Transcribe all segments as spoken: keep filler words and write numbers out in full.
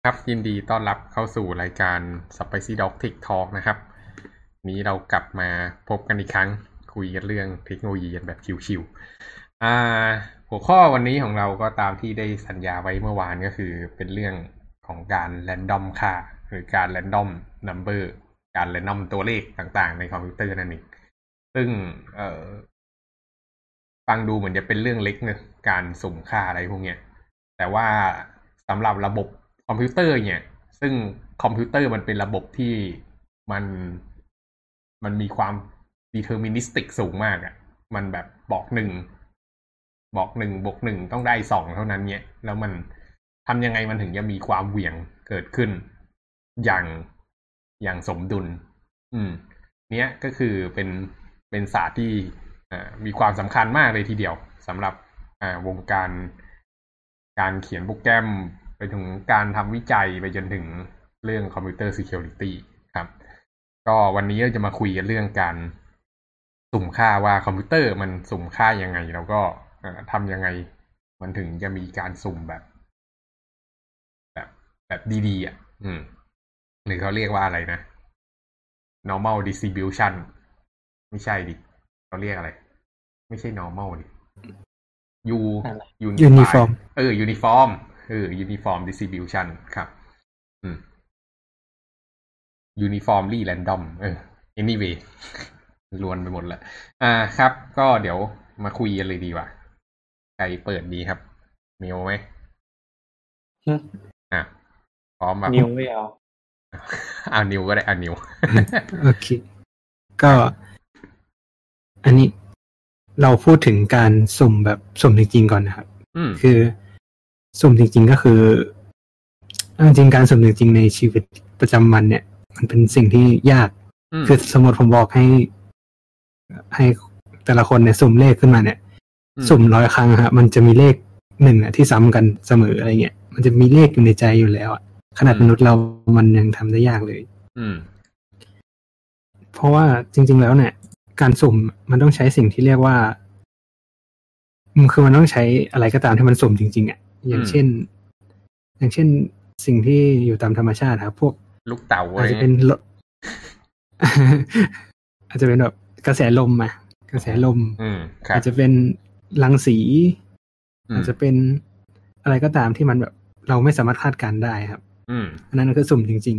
ครับยินดีต้อนรับเข้าสู่รายการ Spicy Dog Tech Talk นะครับนี้เรากลับมาพบกันอีกครั้งคุยกันเรื่องเทคโนโลยีกันแบบชิวๆอ่าหัวข้อวันนี้ของเราก็ตามที่ได้สัญญาไว้เมื่อวานก็คือเป็นเรื่องของการ random ค่าหรือการ random number การ random ตัวเลขต่างๆในคอมพิวเตอร์นั่นเองซึ่งเอ่อฟังดูเหมือนจะเป็นเรื่องเล็กเนอะการสุ่มค่าอะไรพวกเนี้ยแต่ว่าสำหรับระบบคอมพิวเตอร์เนี่ยซึ่งคอมพิวเตอร์มันเป็นระบบที่มันมันมีความ deterministic สูงมากอ่ะมันแบบบอกหนึ่งบอกหนึ่งบวกหนึ่งต้องได้สองเท่านั้นเนี่ยแล้วมันทำยังไงมันถึงจะมีความเหวี่ยงเกิดขึ้นอย่างอย่างสมดุลอืมเนี้ยก็คือเป็นเป็นศาสตร์ที่อ่ามีความสำคัญมากเลยทีเดียวสำหรับอ่าวงการการเขียนโปรแกรมไปถึงการทำวิจัยไปจนถึงเรื่องคอมพิวเตอร์ security ครับก็วันนี้เราจะมาคุยกันเรื่องการสุ่มค่าว่าคอมพิวเตอร์มันสุ่มค่ายังไงแล้วก็ทำยังไงมันถึงจะมีการสุ่มแบบแบบแบบดีๆอ่ะอืมหรือเขาเรียกว่าอะไรนะ normal distribution ไม่ใช่ดิเขาเรียกอะไรไม่ใช่ normal ดิ U ยูนิ unify ฟอร์มเออ uniform เออ uniform distribution ครับอืม uniformly random เออ anyway รวนไปหมดแล้วอ่าครับก็เดี๋ยวมาคุยกันเลยดีกว่าใครเปิดดีครับนิวไหมอ่ะพร้อมแบบนิวไม่เอาเอานิวก็ได้เอานิวโอเคก็อันนี้เราพูดถึงการสุ่มแบบสุ่มจริงๆก่อนนะครับคือสุ่มจริงๆก็คือจริงๆการสุ่มจริงๆในชีวิตประจำวันเนี่ยมันเป็นสิ่งที่ยากคือสมมติผมบอกให้ให้แต่ละคนเนี่ยสุ่มเลขขึ้นมาเนี่ยสุ่มร้อยครั้งครับมันจะมีเลขหนึ่งอ่ะที่ซ้ำกันเสมออะไรเงี้ยมันจะมีเลขอยู่ในใจอยู่แล้วอ่ะขนาดมนุษย์เรามันยังทำได้ยากเลยเพราะว่าจริงๆแล้วเนี่ยการสุ่มมันต้องใช้สิ่งที่เรียกว่าคือมันต้องใช้อะไรก็ตามที่มันสุ่มจริงๆอ่ะอย่างเช่นอย่างเช่นสิ่งที่อยู่ตามธรรมชาติครับพวกลูกเต่าอาจจะเป็นอาจจะเป็นแบบกระแสลมอะกระแสลมอาจจะเป็นรังสีอาจจะเป็นอะไรก็ตามที่มันแบบเราไม่สามารถคาดการได้ครับอันนั้นคือสุ่มจริง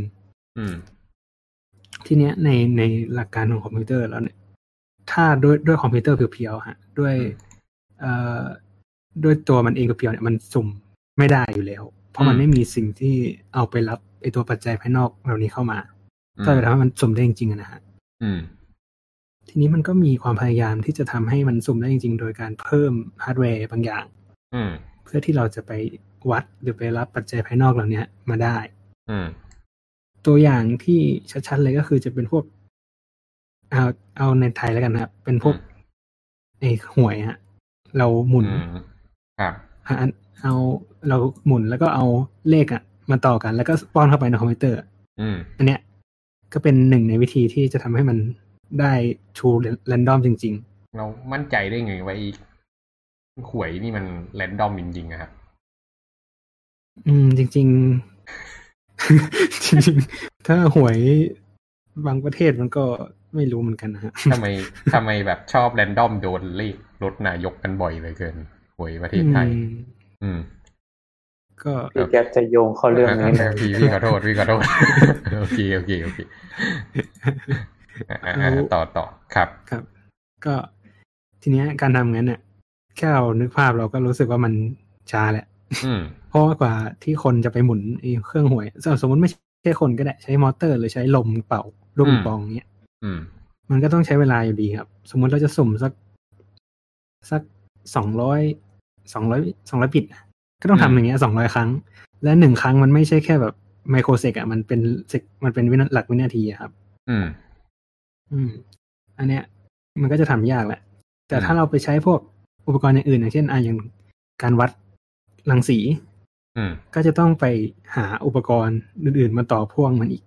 ๆทีเนี้ยในในหลักการของคอมพิวเตอร์แล้วเนี่ยถ้าด้วยด้วยคอมพิวเตอร์เพียวๆฮะด้วยเอ่อด้วยตัวมันเองเพียวๆเนี่ยมันสุ่มไม่ได้อยู่แล้วเพราะมันไม่มีสิ่งที่เอาไปรับไอตัวปัจจัยภายนอกเหล่านี้เข้ามาก็เลยทำให้มันสุ่มได้จริงๆนะฮะทีนี้มันก็มีความพยายามที่จะทำให้มันสุ่มได้จริงๆโดยการเพิ่มฮาร์ดแวร์บางอย่างเพื่อที่เราจะไปวัดหรือไปรับปัจจัยภายนอกเหล่านี้มาได้ตัวอย่างที่ชัดๆเลยก็คือจะเป็นพวกเอาเอาในไทยแล้วกันครับเป็นพวกไอ้หวยฮะเราหมุนครับเอาเราหมุนแล้วก็เอาเลขอ่ะมาต่อกันแล้วก็ป้อนเข้าไปในคอมพิวเตอร์อันเนี้ยก็เป็นหนึ่งในวิธีที่จะทำให้มันได้ true random จริงๆเรามั่นใจได้ไงว่าหวยนี่มัน random จริงๆครับอืมจริงๆ จริงๆถ้าหวยบางประเทศมันก็ไม่รู้เหมือนกันนะฮะทำไมทำไมแบบชอบ random โดนเลขรถนายกกันบ่อยเลยเกินหวยประเทศไทยอืมก็พี่แก๊ปจะโยงเข้าเรื่องนี้นะพี่พี่ขอโทษพี่ขอโทษโอเคโอเคโอเคต่อต่อครับครับก็ทีเนี้ยการทำงั้นเนี่ยแค่เรานึกภาพเราก็รู้สึกว่ามันช้าแหละเพราะว่ากว่าที่คนจะไปหมุนเครื่องหวยสมมติไม่ใช่คนก็ได้ใช้มอเตอร์หรือใช้ลมเป่าลูกปิงปองเนี้ยมันก็ต้องใช้เวลาอยู่ดีครับสมมติเราจะสุ่มสักสักสองร้อยสองร้อยสองร้อยปิดก็ต้องทำอย่างเงี้ยสองร้อยครั้งและหนึ่งครั้งมันไม่ใช่แค่แบบไมโครเซกอ่ะมันเป็นมันเป็นหลักวินาทีครับอืมอืมอันเนี้ยมันก็จะทำยากแหละแต่ถ้าเราไปใช้พวกอุปกรณ์อย่างอื่นอย่างเช่นอ่ะอย่างการวัดรังสีก็จะต้องไปหาอุปกรณ์อื่นๆมาต่อพ่วงมันอีก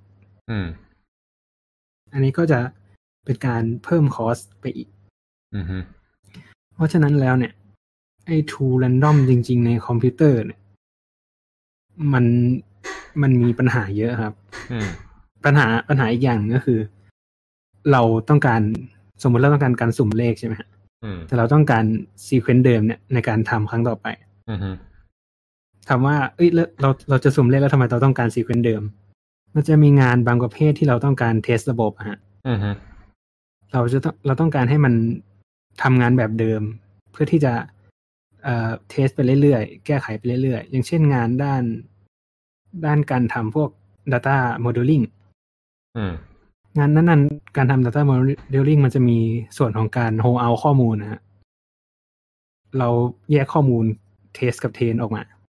อันนี้ก็จะเป็นการเพิ่มคอสไปอีกเพราะฉะนั้นแล้วเนี่ยไอ้ true random จริงๆในคอมพิวเตอร์เนี่ยมันมันมีปัญหาเยอะครับอืมปัญหาปัญหาอีกอย่างก็คือ เราต้องการสมมุติเราต้องการการสุ่มเลขใช่ไหมฮะแต่เราต้องการซีเควนต์เดิมเนี่ยในการทำครั้งต่อไปถามว่าเอ้ยแล้วเราเราจะสุ่มเลขแล้วทำไมเราต้องการซีเควนต์เดิมมันจะมีงานบางประเภทที่เราต้องการเทสระบบอะฮะเราจะต้องเราต้องการให้มันทำงานแบบเดิมเพื่อที่จะเอ่อเทสไปเรื่อยๆแก้ไขไปเรื่อยๆอย่างเช่นงานด้านด้านการทำพวก data modeling งานนั้นๆการทำ data modeling มันจะมีส่วนของการ hold out ข้อมูลนะฮะเราแยกข้อมูล test กับ train ออกมา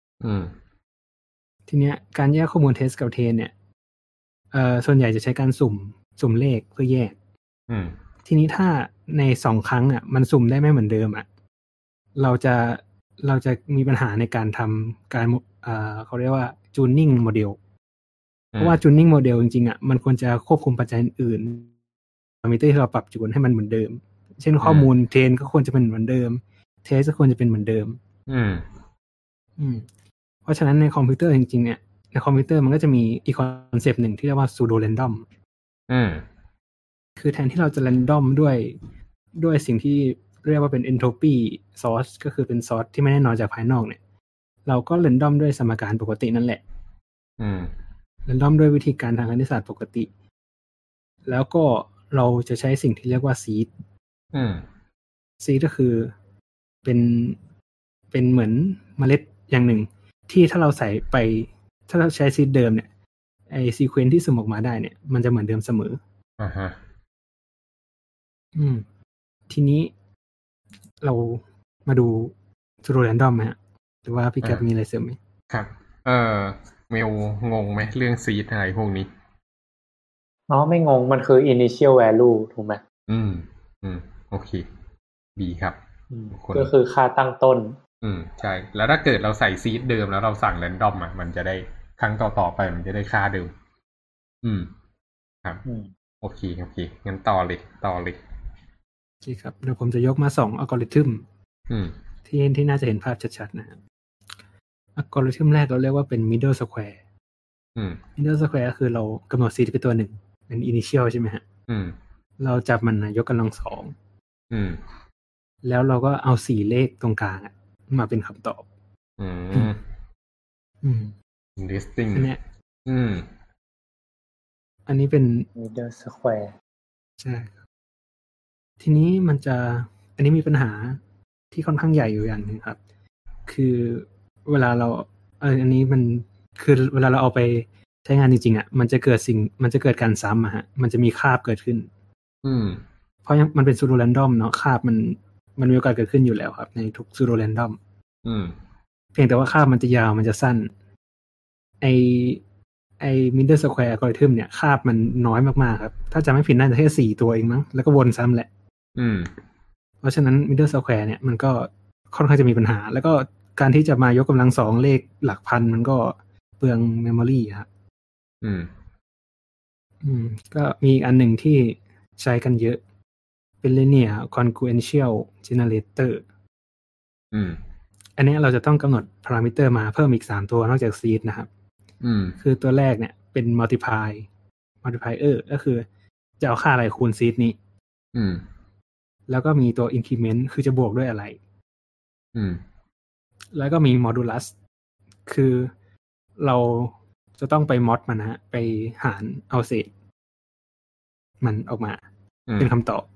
ทีเนี้ยการแยกข้อมูล test กับ train เนี่ยเอ่อส่วนใหญ่จะใช้การสุ่มสุ่มเลขเพื่อแยกทีนี้ถ้าในสองครั้งอ่ะมันสุ่มได้ไม่เหมือนเดิมอ่ะเราจะเราจะมีปัญหาในการทำการเอ่อเขาเรียกว่า tuning model เพราะว่า tuning model จริงๆอ่ะมันควรจะควบคุมปัจจัยอื่นพารามิเตอร์ที่เราปรับจูนให้มันเหมือนเดิมเช่นข้อมูลเทรนก็ควรจะเป็นเหมือนเดิมเทสก็ควรจะเป็นเหมือนเดิมอืมอืมเพราะฉะนั้นในคอมพิวเตอร์จริงๆเนี่ยในคอมพิวเตอร์มันก็จะมีอีกคอนเซปต์หนึ่งที่เรียกว่า pseudo random อืมคือแทนที่เราจะ random ด้วยด้วยสิ่งที่เรียกว่าเป็น entropy source ก็คือเป็น source ที่ไม่แน่นอนจากภายนอกเนี่ยเราก็ random ด้วยสมการปกตินั่นแหละอืม random ด้วยวิธีการทางคณิตศาสตร์ปกติแล้วก็เราจะใช้สิ่งที่เรียกว่า seed อืม seed ก็คือเป็นเป็นเหมือนเมล็ดอย่างหนึ่งที่ถ้าเราใส่ไปถ้าเราใช้ seed เดิมเนี่ยไอ้ sequence ที่สุ่มออกมาได้เนี่ยมันจะเหมือนเดิมเสมออ่าฮะอืมทีนี้เรามาดู pseudo random มั้ยฮะหรือว่าพี่แก๊ปมีอะไรเสริมมั้ยครับเอ่อเมลงงมั้ยเรื่อง seed อะไรพวกนี้อ๋อไม่งงมันคือ initial value ถูกไหมอืมอืมโอเคดีครับก็คือค่าตั้งต้นอืมใช่แล้วถ้าเกิดเราใส่ซีดเดิมแล้วเราสั่งแรนดอมอ่ะมันจะได้ครั้งต่อๆไปมันจะได้ค่าเดิมอืมครับโอเคโอเคงั้นต่อเลยต่อเลยโอเคครับเดี๋ยวผมจะยกมาสองอัลกอริทึมอืมที่ที่น่าจะเห็นภาพชัดๆนะครับอัลกอริทึมแรกเราเรียกว่าเป็น middle square อืม middle square ก็คือเรากำหนดซีดเป็นตัวหนึ่งเป็น initial ใช่ไหมฮะอืมเราจับมันยกกำลังสองอืมแล้วเราก็เอาสี่เลขตรงกลางมาเป็นคำตอบอืมอืม interesting อันเนี้ยอืมอันนี้เป็น middle square ใช่ครับทีนี้มันจะอันนี้มีปัญหาที่ค่อนข้างใหญ่อยู่อย่างหนึ่งครับคือเวลาเราเอออันนี้มันคือเวลาเราเอาไปใช้งานจริงๆอ่ะมันจะเกิดสิ่งมันจะเกิดการซ้ำอะฮะมันจะมีคาบเกิดขึ้นอืมเพราะมันเป็น pseudo random เนาะคาบมันมันมีโอกาสเกิดขึ้นอยู่แล้วครับในทุก pseudo random อืมเพียงแต่ว่าคาบมันจะยาวมันจะสั้นไอไอ middle square algorithm เนี่ยคาบมันน้อยมากๆครับถ้าจำไม่ผิดน่าจะแค่สี่ตัวเองมั้งแล้วก็วนซ้ำแหละอืมเพราะฉะนั้น middle square เนี่ยมันก็ค่อนข้างจะมีปัญหาแล้วก็การที่จะมายกกำลังสองเลขหลักพันมันก็เปลือง memory ครับอืมอืมก็มีอันหนึ่งที่ใช้กันเยอะเป็น linear consequential generator อืมอันนี้เราจะต้องกำหนดพารามิเตอร์มาเพิ่มอีกสามตัวนอกจาก seed นะครับอืมคือตัวแรกเนี่ยเป็น multiply multiplier ก็คือจะเอาค่าอะไรคูณ seed นี้อืมแล้วก็มีตัว increment คือจะบวกด้วยอะไรอืมแล้วก็มี modulus คือเราจะต้องไปมอดมันนะฮะไปหารเอาเศษมันออกมาเป็นคำตอบ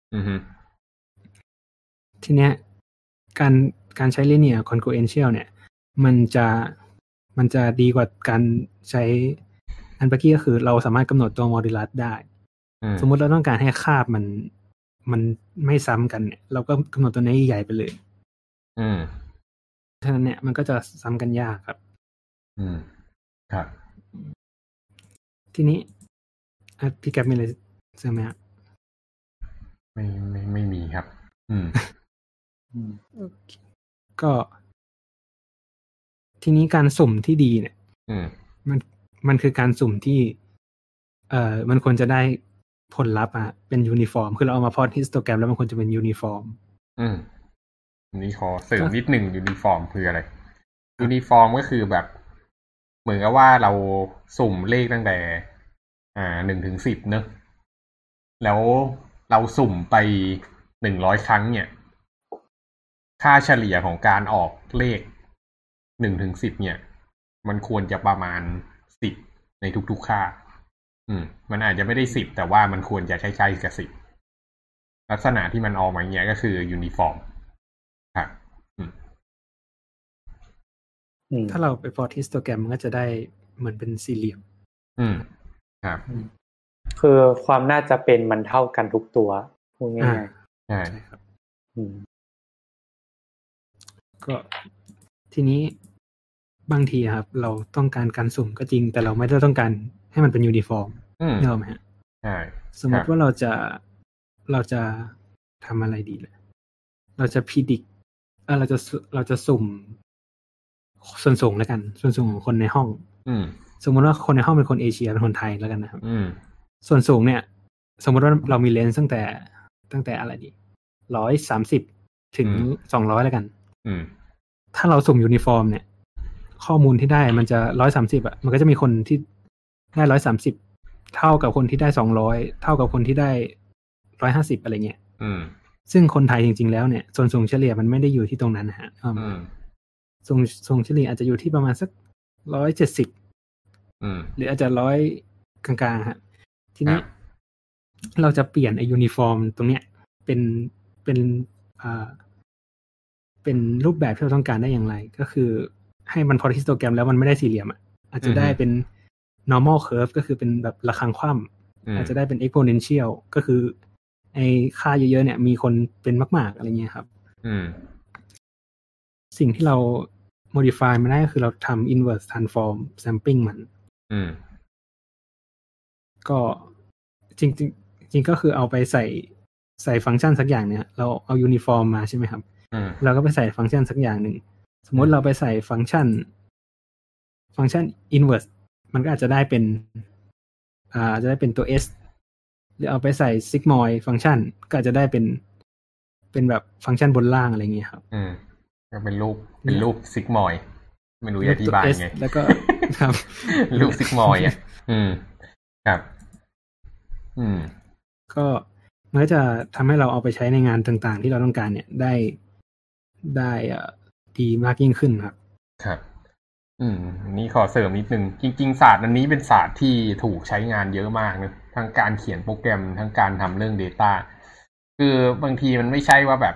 ทีเนี้ยการการใช้ linear consequential เนี่ยมันจะมันจะดีกว่าการใช้อันเมื่อกี้ก็คือเราสามารถกำหนดตัว modulus ได้สมมุติเราต้องการให้คาบมันมันไม่ซ้ำกันเนี่ยเราก็กำหนดตัวนี้ใหญ่ไปเลยอืมฉะนั้นเนี่ยมันก็จะซ้ำกันยากครับอืมครับทีนี้พี่แก๊ปมีอะไรเสริมไหมครับไม่ไม่ไม่มีครับอืมก็ทีนี้การสุ่มที่ดีเนี่ยอืมมันมันคือการสุ่มที่เอ่อมันควรจะได้ผลลัพธ์อ่ะเป็นยูนิฟอร์มคือเราเอามาพอตฮิสโตแกรมแล้วมันควรจะเป็นยูนิฟอร์มอืมนี่ขอเสริมนิดหนึ่งยูนิฟอร์มคืออะไรยูนิฟอร์มก็คือแบบเหมือนกับว่าเราสุ่มเลขตั้งแต่อ่าหนึ่งถึงสิบเนอะแล้วเราสุ่มไปหนึ่งร้อยครั้งเนี่ยค่าเฉลี่ยของการออกเลขหนึ่งถึงสิบเนี่ยมันควรจะประมาณสิบในทุกๆค่าอืมมันอาจจะไม่ได้สิบแต่ว่ามันควรจะใกล้ๆกับสิบลักษณะที่มันออกมาอย่างเงี้ยก็คือยูนิฟอร์มครับอืมถ้าเราไปพอร์ตฮิสโตแกรมมันก็จะได้เหมือนเป็นสี่เหลี่ยมอืมครับคือความน่าจะเป็นมันเท่ากันทุกตัวพูดง่ายๆใช่ครับอืมก็ทีนี้บางทีครับเราต้องการการสุ่มก็จริงแต่เราไม่ได้ต้องการให้มันเป็นยูนิฟอร์มเนอะไหมฮะใช่สมมติว่าเราจะเราจะทำอะไรดีล่ะเราจะพิดิกเออเราจะเราจะสุ่มส่วนสูงแล้วกันส่วนสูงของคนในห้องอืมสมมติว่าคนในห้องเป็นคนเอเชียเป็นคนไทยแล้วกันนะครับอืมส่วนสูงเนี่ยสมมติว่าเรามีเลนส์ตั้งแต่ตั้งแต่อะไรดีร้อยสามสิบถึงสองร้อยแล้วกันอืมถ้าเราสุ่มยูนิฟอร์มเนี่ยข้อมูลที่ได้มันจะร้อยสามสิบอ่ะมันก็จะมีคนที่ได้ร้อยสามสิบเท่ากับคนที่ได้สองร้อยเท่ากับคนที่ได้ร้อยห้าสิบอะไรเงี้ยอืมซึ่งคนไทยจริงๆแล้วเนี่ยส่วนสูงเฉลี่ยมันไม่ได้อยู่ที่ตรงนั้นนะฮะอืมส่งส่งเฉลี่ยอาจจะอยู่ที่ประมาณสักร้อยเจ็ดสิบหรืออาจจะร้อยกลางๆฮะทีนี้เราจะเปลี่ยนไอ้ยูนิฟอร์มตรงเนี้ยเป็นเป็นอ่าเป็นรูปแบบที่เราต้องการได้อย่างไรก็คือให้มันพอฮิสโตแกรมแล้วมันไม่ได้สี่เหลี่ยมอ่ะอาจจะได้เป็น normal curve ก็คือเป็นแบบระฆังคว่ำอาจจะได้เป็น exponential ก็คือไอ้ค่าเยอะๆเนี่ยมีคนเป็นมากๆอะไรเงี้ยครับสิ่งที่เรา modify มาได้ก็คือเราทำ inverse transform sampling มันก็จริงๆจริงก็คือเอาไปใส่ใส่ฟังก์ชันสักอย่างเนี่ยเราเอายูนิฟอร์มมาใช่ไหมครับเราก็ไปใส่ฟังก์ชันสักอย่างหนึ่งสมมติเราไปใส่ฟังก์ชันฟังก์ชัน inverse มันก็อาจจะได้เป็นอ่าจะได้เป็นตัว s หรือเอาไปใส่ sigmoid ฟังก์ชันก็อาจจะได้เป็นเป็นแบบฟังก์ชันบนล่างอะไรเงี้ยครับอืมก็เป็นรูปเป็นรูป sigmoid ไม่รู้จะอธิบายไงแล้วก็ครับรูป sigmoid อ่ะอืมครับอืมก็มันก็จะทำให้เราเอาไปใช้ในงานต่างๆที่เราต้องการเนี่ยได้ได้ดีมากยิ่งขึ้นครับครับอืมนี่ขอเสริมนิดนึงจริงๆศาสตร์อันนี้เป็นศาสตร์ที่ถูกใช้งานเยอะมากนะทั้งการเขียนโปรแกรมทั้งการทำเรื่อง data คือบางทีมันไม่ใช่ว่าแบบ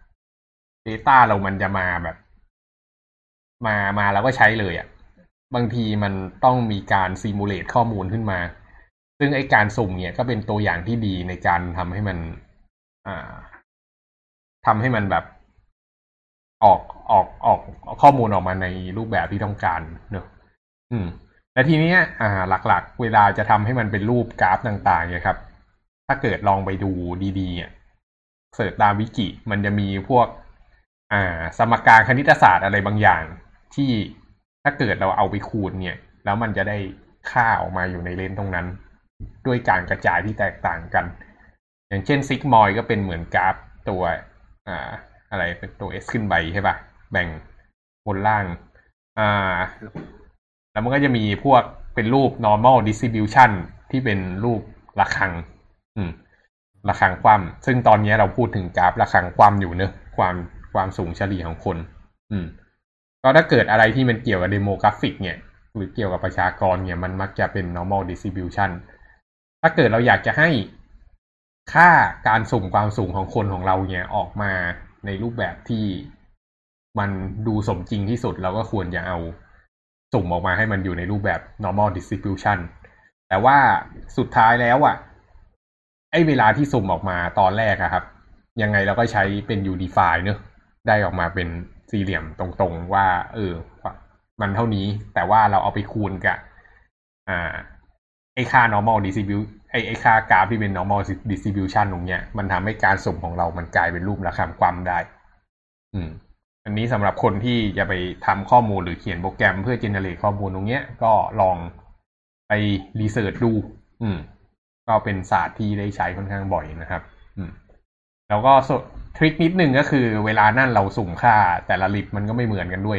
data เรามันจะมาแบบมามาแล้วก็ใช้เลยอ่ะบางทีมันต้องมีการซิมูเลตข้อมูลขึ้นมาซึ่งไอ้การสุ่มเนี่ยก็เป็นตัวอย่างที่ดีในการทำให้มันอ่าทำให้มันแบบออกออกออกข้อมูลออกมาในรูปแบบที่ต้องการเนอะอืมและทีนี้อ่าหลักๆเวลาจะทำให้มันเป็นรูปกราฟต่างๆเนี่ยครับถ้าเกิดลองไปดูดีๆอ่ะเสิร์ชตามวิกิมันจะมีพวกอ่าสมการคณิตศาสตร์อะไรบางอย่างที่ถ้าเกิดเราเอาไปคูณเนี่ยแล้วมันจะได้ค่าออกมาอยู่ในเลนส์ตรงนั้นด้วยการกระจายที่แตกต่างกันอย่างเช่นซิกมอยด์ก็เป็นเหมือนกราฟตัวอ่าอะไรเป็นตัว S ขึ้นไปใช่ป่ะแบ่งบนล่างอ่าแล้วมันก็จะมีพวกเป็นรูป normal distribution ที่เป็นรูประฆังอืมระฆังคว่ำซึ่งตอนนี้เราพูดถึงกราฟระฆังคว่ำอยู่เนอะความความสูงเฉลี่ยของคนอืมก็ถ้าเกิดอะไรที่มันเกี่ยวกับเดโมกราฟิกเนี่ยหรือเกี่ยวกับประชากรเนี่ยมันมักจะเป็น normal distribution ถ้าเกิดเราอยากจะให้ค่าการสุ่มความสูงของคนของเราเนี่ยออกมาในรูปแบบที่มันดูสมจริงที่สุดเราก็ควรจะเอาสุ่มออกมาให้มันอยู่ในรูปแบบ normal distribution แต่ว่าสุดท้ายแล้วอ่ะไอ้เวลาที่สุ่มออกมาตอนแรกอะครับยังไงเราก็ใช้เป็น unify เนอะได้ออกมาเป็นสี่เหลี่ยมตรงๆว่าเออมันเท่านี้แต่ว่าเราเอาไปคูณกับอ่าไอ้ค่า normal distribution ไอ้ไอ้ค่ากราฟที่เป็น normal distribution ตรงเนี้ยมันทำให้การสุ่มของเรามันกลายเป็นรูประฆังคว่ำได้อืมอันนี้สำหรับคนที่จะไปทำข้อมูลหรือเขียนโปรแกรมเพื่อ generate ข้อมูลตรงเนี้ยก็ลองไปรีเสิร์ชดูอืมก็เป็นศาสตร์ที่ได้ใช้ค่อนข้างบ่อยนะครับอืมแล้วก็ทริคนิดนึงก็คือเวลานั่นเราสุ่มค่าแต่ละลิตมันก็ไม่เหมือนกันด้วย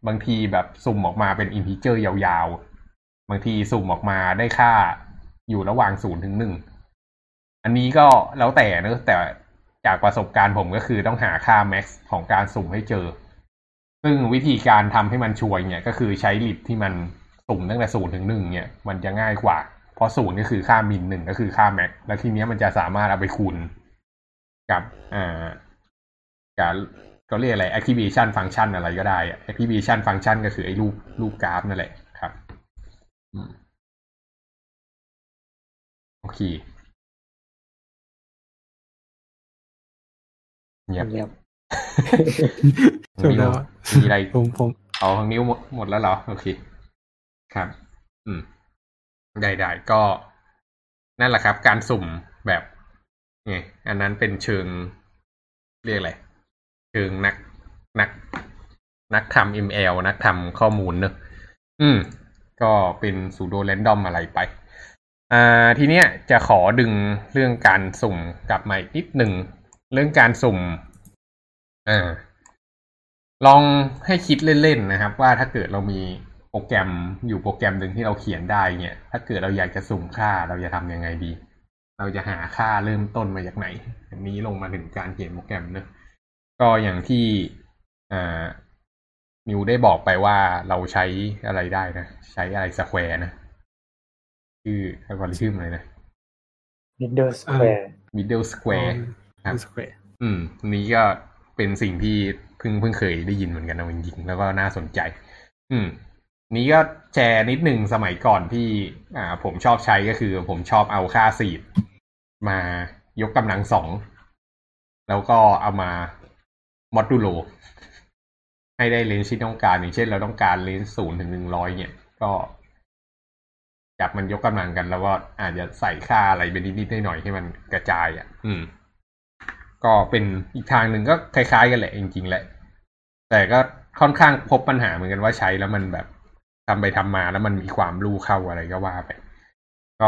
บางทีแบบสุ่มออกมาเป็นอินทิเจอร์ยาวๆบางทีสุ่มออกมาได้ค่าอยู่ระหว่างศูนย์ถึงหนึ่งอันนี้ก็แล้วแต่เนอะแต่จากประสบการณ์ผมก็คือต้องหาค่าแม็กซ์ของการสุ่มให้เจอซึ่งวิธีการทำให้มันชัวร์เนี่ยก็คือใช้ลิปที่มันสุ่มตั้งแต่ศูนย์ถึงหนึ่งเนี่ยมันจะง่ายกว่าเพราะศูนย์ก็คือค่ามินหนึ่งก็คือค่าแม็กแล้วทีเนี้ยมันจะสามารถเอาไปคูณกับอ่ากับเขาเรียกอะไร activation function อะไรก็ได้ activation function ก็คือไอ้รูปรูปกราฟนั่นแหละครับโอเคเงียบเงียบจบแล้วมีอะไรผมผมเอาทางนิ้วหมดแล้วเหรอโอเคครับ อืมได้ได้ก็นั่นแหละครับ การสุ่มแบบไงอันนั้นเป็นเชิงเรียกอะไรเชิงนักนักนักทำ เอ็ม แอล นักทำข้อมูลเนอะอืมก็เป็นซูโดแรนดอมอะไรไปอ่าทีเนี้ยจะขอดึงเรื่องการสุ่มกลับมาอีกนิดหนึ่งเรื่องการสุ่มอ่าลองให้คิดเล่นๆนะครับว่าถ้าเกิดเรามีโปรแกรมอยู่โปรแกรมหนึ่งที่เราเขียนได้เนี่ยถ้าเกิดเราอยากจะสุ่มค่าเราจะทำยังไงดีเราจะหาค่าเริ่มต้นมาจากไหนอันนี้ลงมาถึงการเขียนโปรแกรมเนอะก็อย่างที่อ่านิวได้บอกไปว่าเราใช้อะไรได้นะใช้อะไรสแควร์นะคืออัลกอริทึมอะไรนะ middle square middle square ครับ square อืมนี้ก็เป็นสิ่งที่เพิ่งเพิ่งเคยได้ยินเหมือนกันนะจริงๆแล้วก็น่าสนใจอืมนี้ก็แชร์นิดหนึ่งสมัยก่อนที่อ่าผมชอบใช้ก็คือผมชอบเอาค่าซีดมายกกำลังสองแล้วก็เอามามอดูโลให้ได้เลนส์ที่ต้องการอย่างเช่นเราต้องการเลนส์ศูนย์ถึงหนึ่งร้อยเนี่ยก็จับมันยกกำลังกันแล้วก็อาจจะใส่ค่าอะไรไปนิดๆหน่อยๆให้มันกระจายอ่ะอืมก็เป็นอีกทางหนึ่งก็คล้ายๆกันแหละจริงๆแหละแต่ก็ค่อนข้างพบปัญหาเหมือนกันว่าใช้แล้วมันแบบทำไปทำมาแล้วมันมีความรู้เข้าอะไรก็ว่าไปก็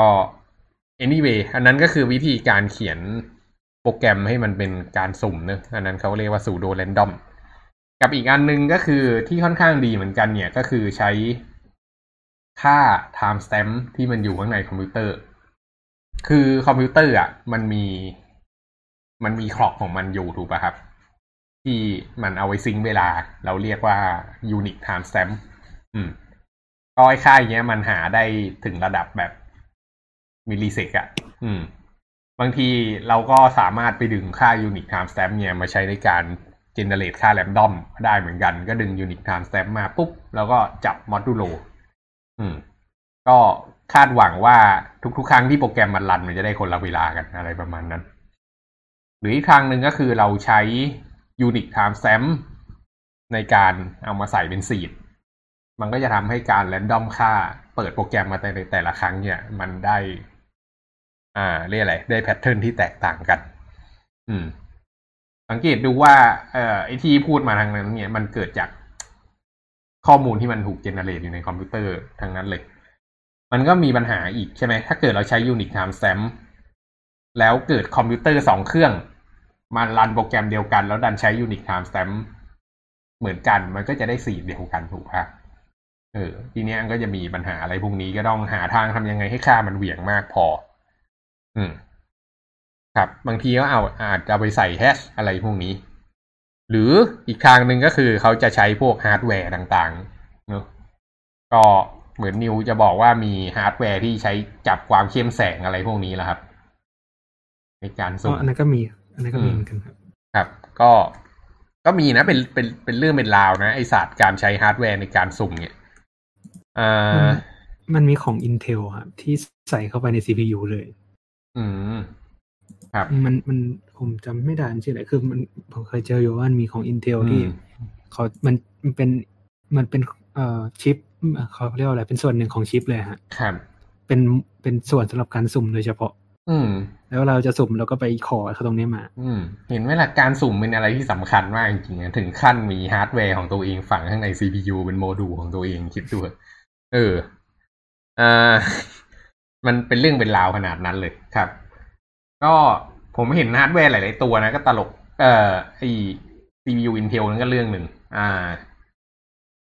anyway อันนั้นก็คือวิธีการเขียนโปรแกรมให้มันเป็นการสุ่มเนอะอันนั้นเขาเรียกว่า pseudo random กับอีกอันนึงก็คือที่ค่อนข้างดีเหมือนกันเนี่ยก็คือใช้ค่า time stamp ที่มันอยู่ข้างในคอมพิวเตอร์คือคอมพิวเตอร์อ่ะมันมีมันมีคล็อกของมันอยู่ถูกป่ะครับที่มันเอาไว้ซิงค์เวลาเราเรียกว่า unit time stamp อืมก็ไอ้ค่าอย่างเงี้ยมันหาได้ถึงระดับแบบมิลลิเซกอ่ะอืมบางทีเราก็สามารถไปดึงค่า unit time stamp เนี่ยมาใช้ในการgenerate ค่า random ได้เหมือนกันก็ดึง unit time stamp มาปุ๊บแล้วก็จับ modulo อืมก็คาดหวังว่าทุกๆครั้งที่โปรแกรมมันรันมันจะได้คนละเวลากันอะไรประมาณนั้นหรืออีกทางหนึ่งก็คือเราใช้ unit time stamp ในการเอามาใส่เป็นซีดมันก็จะทำให้การ random ค่าเปิดโปรแกรมมาแต่ในแต่ละครั้งเนี่ยมันได้อ่าเรียกอะไรได้แพทเทิร์นที่แตกต่างกันอืมสังเกตดูว่าเอ่อไอที่พูดมาทางนั้นเนี่ยมันเกิดจากข้อมูลที่มันถูกเจเนเรตอยู่ในคอมพิวเตอร์ทั้งนั้นเลยมันก็มีปัญหาอีกใช่ไหมถ้าเกิดเราใช้ Unix timestamp แล้วเกิดคอมพิวเตอร์สองเครื่องมารันโปรแกรมเดียวกันแล้วดันใช้ Unix timestamp เหมือนกันมันก็จะได้ซีดเดียวกันถูกป่ะเออทีนี้ก็จะมีปัญหาอะไรพวกนี้ก็ต้องหาทางทำยังไงให้ค่ามันเหวี่ยงมากพออืมครับบางทีก็เอาอาจจะไปใส่แฮชอะไรพวกนี้หรืออีกทางหนึ่งก็คือเขาจะใช้พวกฮาร์ดแวร์ต่างๆเนอะก็เหมือนนิวจะบอกว่ามีฮาร์ดแวร์ที่ใช้จับความเข้มแสงอะไรพวกนี้แหละครับในการสุ่มอันนั้นก็มีอันนั้นก็มีเหมือนกันครับครับก็ก็มีนะเป็นเป็นเป็นเรื่องเป็นราวนะไอศาสตร์การใช้ฮาร์ดแวร์ในการสุ่มเนี่ยอ่ามันมีของ Intel ครับที่ใส่เข้าไปใน ซี พี ยู เลยอืมครับมันมันผมจำไม่ได้ชื่ออะไรคือมันผมเคยเจออยู่ว่ามันมีของ Intel ที่เขามันมันเป็นมันเป็นเอ่อชิปเขาเรียกว่าอะไรเป็นส่วนหนึ่งของชิปเลยฮะครับเป็นเป็นส่วนสำหรับการสุ่มโดยเฉพาะอืมแล้วเราจะสุ่มเราก็ไปขอเขาตรงนี้มาอืมเห็นไหมล่ะการสุ่มเป็นอะไรที่สำคัญมากจริงๆถึงขั้นมีฮาร์ดแวร์ของตัวเองฝังข้างใน ซี พี ยู เป็นโมดูลของตัวเองคิดดูเอออ่ามันเป็นเรื่องเป็นราวขนาดนั้นเลยครับก็ผมเห็นฮาร์ดแวร์หลายๆตัวนะก็ตลกเอ่อไอ ซี พี ยู Intel นั่นก็เรื่องหนึ่งอ่า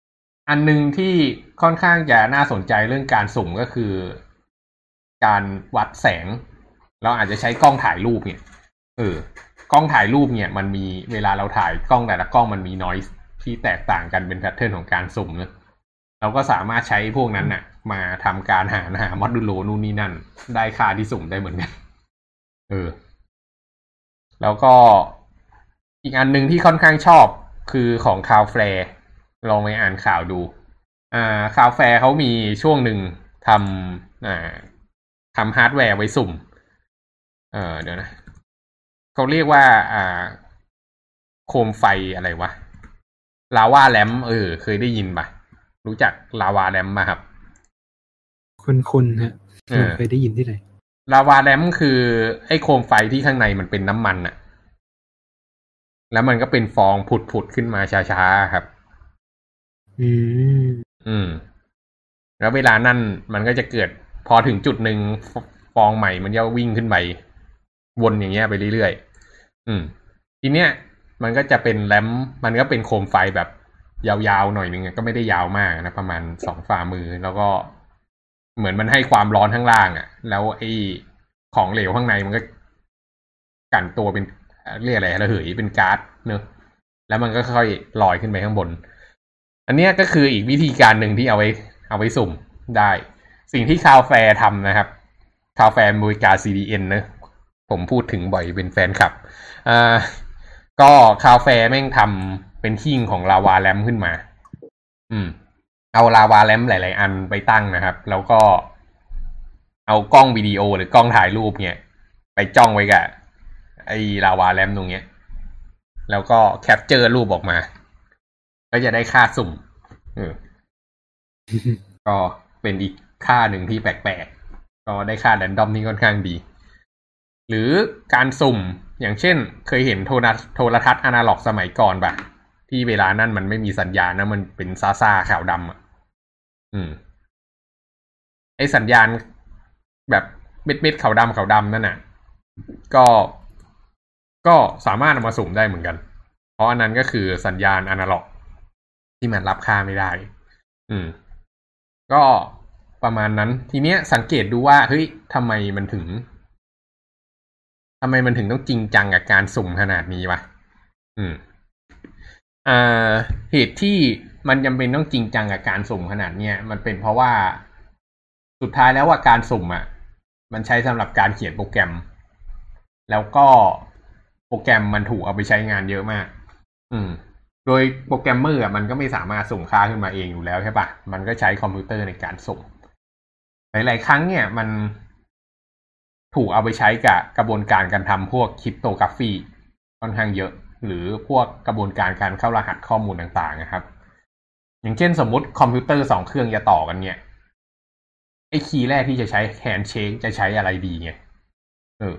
อันนึงที่ค่อนข้างจะน่าสนใจเรื่องการสุ่มก็คือการวัดแสงเราอาจจะใช้กล้องถ่ายรูปเนี่ยเออกล้องถ่ายรูปเนี่ยมันมีเวลาเราถ่ายกล้องแต่ละกล้องมันมี noise ที่แตกต่างกันเป็นแพทเทิร์นของการสุ่มเนอะเราก็สามารถใช้พวกนั้นน่ะมาทำการหาหามอดูโลนู่นนี่นั่นได้ค่าที่สุ่มได้เหมือนกันเออแล้วก็อีกอันนึงที่ค่อนข้างชอบคือของคาวแฟร์ลองไปอ่านข่าวดูอ่าคาวแฟร์เขามีช่วงหนึ่งทำอ่าทำฮาร์ดแวร์ไว้สุ่มเออเดี๋ยวนะเขาเรียกว่าอ่าโคมไฟอะไรวะลาวาแลมเออเคยได้ยินปะรู้จักลาวาแลมมาครับคุณๆฮะผมเคยได้ยินที่ไหนลาวาแลมคือไอ้โคมไฟที่ข้างในมันเป็นน้ำมันอะแล้วมันก็เป็นฟองผุดๆขึ้นมาช้าๆครับอืมอืมแล้วเวลานั่นมันก็จะเกิดพอถึงจุดหนึ่งฟองใหม่มันจะวิ่งขึ้นไปวนอย่างเงี้ยไปเรื่อยๆอืมทีเนี้ยมันก็จะเป็นแลมมันก็เป็นโคมไฟแบบยาวๆหน่อยนึงก็ไม่ได้ยาวมากนะประมาณสองฝ่ามือแล้วก็เหมือนมันให้ความร้อนข้างล่างอ่ะแล้วไอ้ของเหลวข้างในมันก็กั่นตัวเป็นเรียกอะไรระเหยเป็นก๊าซเนอะแล้วมันก็ค่อยลอยขึ้นไปข้างบนอันนี้ก็คืออีกวิธีการหนึ่งที่เอาไว้เอาไว้สุ่มได้สิ่งที่คาวแฟร์ทำนะครับคาวแฟร์บริการ ซี ดี เอ็น นะผมพูดถึงบ่อยเป็นแฟนคลับอ่าก็คาวแฟร์แม่งทำเป็นหิ้งของลาวาแลมขึ้นมาอืมเอาลาวาแลมหลายๆอันไปตั้งนะครับแล้วก็เอากล้องวิดีโอหรือกล้องถ่ายรูปเนี่ยไปจ้องไว้กับไอ้ลาวาแลมตรงเนี้ยแล้วก็แคปเจอร์รูปออกมาก็จะได้ค่าสุ่มเออ ก็เป็นอีกค่าหนึ่งที่แปลกๆก็ได้ค่าแรนดอมที่ค่อนข้างดีหรือการสุ่มอย่างเช่นเคยเห็นโทรโทรทัศน์อนาล็อกสมัยก่อนป่ะที่เวลานั้นมันไม่มีสัญญาณนะมันเป็นซ่าๆขาวดำอ่ะอืมไอสัญญาณแบบเม็ดๆขาวดำขาวดำนั่นน่ะก็ก็สามารถเอามาสุ่มได้เหมือนกันเพราะอันนั้นก็คือสัญญาณอนาล็อกที่มันรับค่าไม่ได้อืมก็ประมาณนั้นทีเนี้ยสังเกตดูว่าเฮ้ยทำไมมันถึงทำไมมันถึงต้องจริงจังกับการสุ่มขนาดนี้วะอืมอ่าเหตุที่มันจำเป็นต้องจริงจังกับการสุ่มขนาดเนี้ยมันเป็นเพราะว่าสุดท้ายแล้วว่าการสุ่มอ่ะมันใช้สำหรับการเขียนโปรแกรมแล้วก็โปรแกรมมันถูกเอาไปใช้งานเยอะมากอืมโดยโปรแกรมเมอร์อ่ะมันก็ไม่สามารถสุ่มค่าขึ้นมาเองอยู่แล้วใช่ปะมันก็ใช้คอมพิวเตอร์ในการสุ่มหลายๆครั้งเนี่ยมันถูกเอาไปใช้กับกระบวนการการทำพวกคริปโตกราฟีค่อนข้างเยอะหรือพวกกระบวนการการเข้ารหัสข้อมูลต่างๆนะครับอย่างเช่นสมมุติคอมพิวเตอร์สองเครื่องจะต่อกันเนี่ยไอ้คีย์แรกที่จะใช้แฮนด์เชคจะใช้อะไรดีไงเออ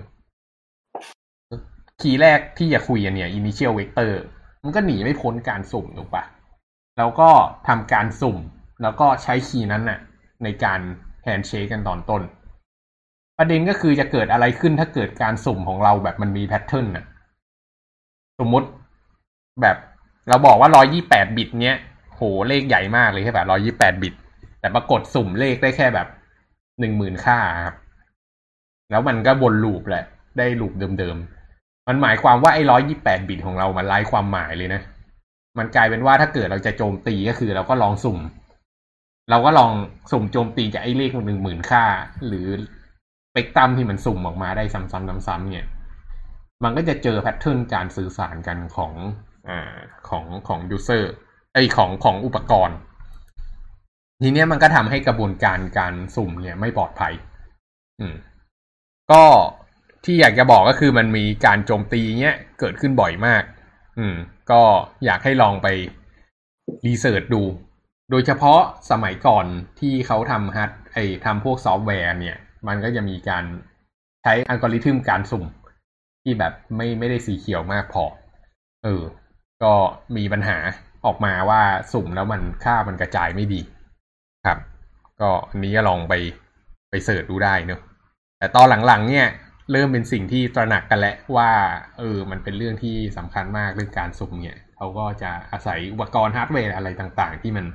คีย์แรกที่จะคุยกันเนี่ย initial vector มันก็หนีไม่พ้นการสุ่มถูกปะแล้วก็ทำการสุ่มแล้วก็ใช้คีย์นั้นน่ะในการแฮนด์เชคกันตอนต้นประเด็นก็คือจะเกิดอะไรขึ้นถ้าเกิดการสุ่มของเราแบบมันมีแพทเทิร์นน่ะสมมุติแบบเราบอกว่าหนึ่งร้อยยี่สิบแปดบิตเนี้ยโหเลขใหญ่มากเลยใช่ป่ะหนึ่งร้อยยี่สิบแปดบิตแต่ปรากฏสุ่มเลขได้แค่แบบ หนึ่งหมื่น ค่าครับแล้วมันก็วนลูปแหละได้ลูปเดิมๆมันหมายความว่าไอ้หนึ่งร้อยยี่สิบแปดบิตของเรามันไร้ความหมายเลยนะมันกลายเป็นว่าถ้าเกิดเราจะโจมตีก็คือเราก็ลองสุ่มเราก็ลองสุ่มโจมตีจากไอ้เลขหนึ่งหมื่นค่าหรือสเปกตรัมที่มันสุ่มออกมาได้ซ้ำๆๆเนี่ยมันก็จะเจอแพทเทิร์นการสื่อสารกันของอ่าของของยูเซอร์ไอของของอุปกรณ์ทีเนี้ยมันก็ทำให้กระบวนการการสุ่มเนี่ยไม่ปลอดภัยอืมก็ที่อยากจะบอกก็คือมันมีการโจมตีเนี้ยเกิดขึ้นบ่อยมากอืมก็อยากให้ลองไปรีเสิร์ชดูโดยเฉพาะสมัยก่อนที่เขาทำฮัดไอทำพวกซอฟต์แวร์เนี่ยมันก็จะมีการใช้อัลกอริทึมการสุ่มที่แบบไม่ไม่ได้สีเขียวมากพอเออก็มีปัญหาออกมาว่าสุ่มแล้วมันค่ามันกระจายไม่ดีครับก็อันนี้ก็ลองไปไปเสิร์ชดูได้เนอะแต่ตอนหลังๆเนี่ยเริ่มเป็นสิ่งที่ตระหนักกันแล้วว่าเออมันเป็นเรื่องที่สำคัญมากเรื่องการสุ่มเนี่ยเขาก็จะอาศัยอุปกรณ์ฮาร์ดแวร์อะไรต่างๆที่มัน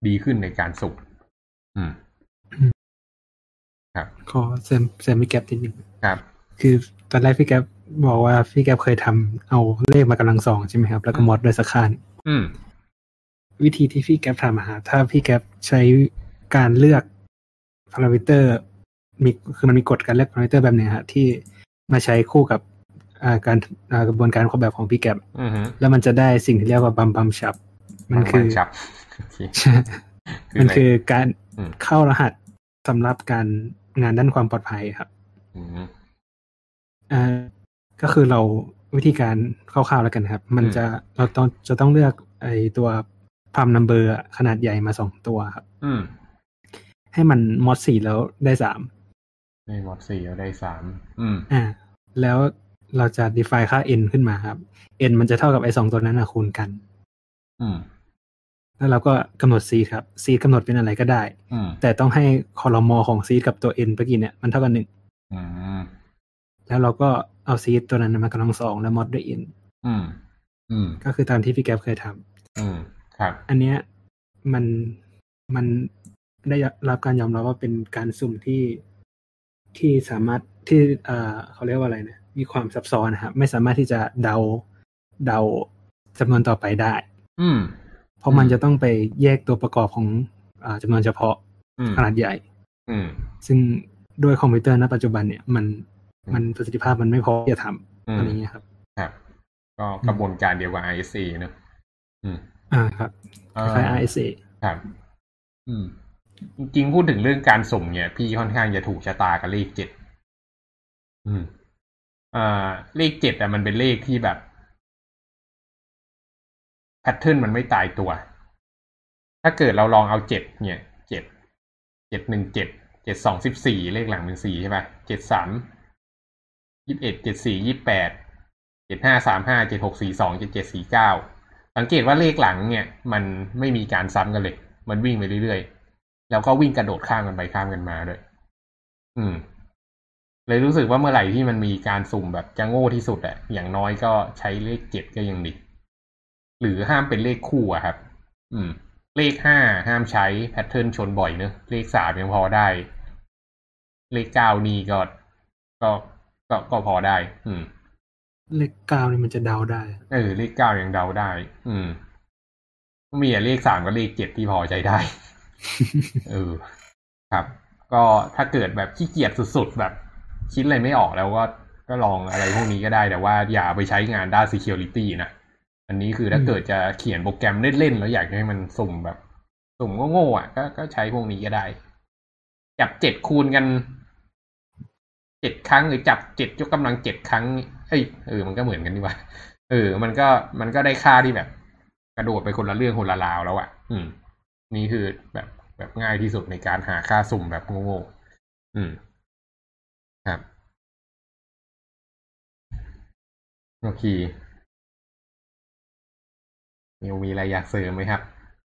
ดีขึ้นในการสุ่มอืมครับขอเซมเซมพี่แก๊ปนิดนึงครับคือตอนแรกพี่แก๊ปบอกว่าพี่แก๊ปเคยทำเอาเลขมากำลังสองใช่ไหมครับแล้วก็มอดด้วยสักข้านอืมวิธีที่พี่แก๊ปทำอะฮะถ้าพี่แก๊ปใช้การเลือกพารามิเตอร์มีคือมันมีกฎการเลือกพารามิเตอร์แบบนี้ฮะที่มาใช้คู่กับการกระบวนการข้อแบบของพี่แก๊ปแล้วมันจะได้สิ่งที่เรียกว่าบัมบัมชับมันคือมันคือการเข้ารหัสสำหรับการงานด้านความปลอดภัยครับอ่าก็คือเราวิธีการคร่าวๆแล้วกันครับมันจะเราต้องจะต้องเลือกไอ้ตัวพามนัมเบอร์ขนาดใหญ่มาสองตัวครับให้มันมอดสี่แล้วได้สามให้มอดสี่แล้วได้สามอืมอ่าแล้วเราจะ define ค่า n ขึ้นมาครับ n มันจะเท่ากับไอ้สองตัวนั้นนะคูณกันอืมแล้วเราก็กำหนด seed ครับ seed กำหนดเป็นอะไรก็ได้แต่ต้องให้คอลมอของ seed กับตัว n เมื่อกี้เนี่ยมันเท่ากันหนึ่งแล้วเราก็เอา seed ตัวนั้นมากำลังสองแล้วมอดด้วย n อืมอืมก็คือตามที่พี่แก๊ปเคยทำอืมครับอันเนี้ยมันมันได้รับการยอมรับว่าเป็นการสุ่มที่ที่สามารถที่เอ่อเขาเรียกว่าอะไรนะมีความซับซ้อนนะครับไม่สามารถที่จะเดาเดาจำนวนต่อไปได้อืมเพราะมันจะต้องไปแยกตัวประกอบของอ่าจำนวนเฉพาะขนาดใหญ่อืมซึ่งด้วยคอมพิวเตอร์ณปัจจุบันเนี่ยมันมันประสิทธิภาพมันไม่พอที่จะทำอันนี้ครับครับก็กระบวนการเดียวกับ อาร์ เอส เอ เนอะอืมอ่าครับคล้ายๆ อาร์ เอส เอครับอืมจริงๆพูดถึงเรื่องการสุ่มเนี่ยพี่ค่อนข้างจะถูกชะตากับเลขเจ็ดอืมอ่าเลขเจ็ดอ่ะมันเป็นเลขที่แบบแพทเทิร์นมันไม่ตายตัวถ้าเกิดเราลองเอาเจ็ดเนี่ยเจ็ดเจ็ดหนึ่งเจ็ดเจ็ดสองสิบสี่เลขหลังเป็นสี่ใช่ป่ะเจ็ดสามยี่สิบเอ็ดเจ็ดสี่ยี่สิบแปดเจ็ดห้าสามห้าเจ็ดหกสี่สองเจ็ดเจ็ดสี่เก้าสังเกตว่าเลขหลังเนี่ยมันไม่มีการซ้ำกันเลยมันวิ่งไปเรื่อยๆแล้วก็วิ่งกระโดดข้ามกันไปข้ามกันมาด้วยอืมเลยรู้สึกว่าเมื่อไหร่ที่มันมีการสุ่มแบบจะโง่ที่สุดอะอย่างน้อยก็ใช้เลขเจ็ดก็ยังดีหรือห้ามเป็นเลขคู่อะครับอืมเลขห้าห้ามใช้แพทเทิร์นชนบ่อยเนอะเลขสามยังพอได้เลขเก้านี่ก็ก็ก็ก็พอได้อืมเลขเก้านี่มันจะเดาได้เออเลขเก้ายังเดาได้อืมมีเลขสามกับเลขเจ็ดที่พอใจได้ เออครับก็ถ้าเกิดแบบขี้เกียจสุดๆแบบคิดอะไรไม่ออกแล้วก็ก็ลองอะไรพวกนี้ก็ได้แต่ว่าอย่าไปใช้งานด้าน security นะอันนี้คือถ้าเกิดจะเขียนโปรแกรมเล่นๆแล้วอยากให้มันสุ่มแบบสุ่มโง่ๆอ่ะก็ก็ใช้พวกนี้ก็ได้จับเจ็ดคูณกันเจ็ดครั้งหรือจับเจ็ดยกกำลังเจ็ดครั้งเอ้ยเออมันก็เหมือนกันดีว่าเออมันก็มันก็ได้ค่าที่แบบกระโดดไปคนละเรื่องคนละราวแล้วอ่ะอืมนี่คือแบบแบบง่ายที่สุดในการหาค่าสุ่มแบบโง่ๆอืมครับโอเคมีมีอะไรอยากเสริมไหมครับ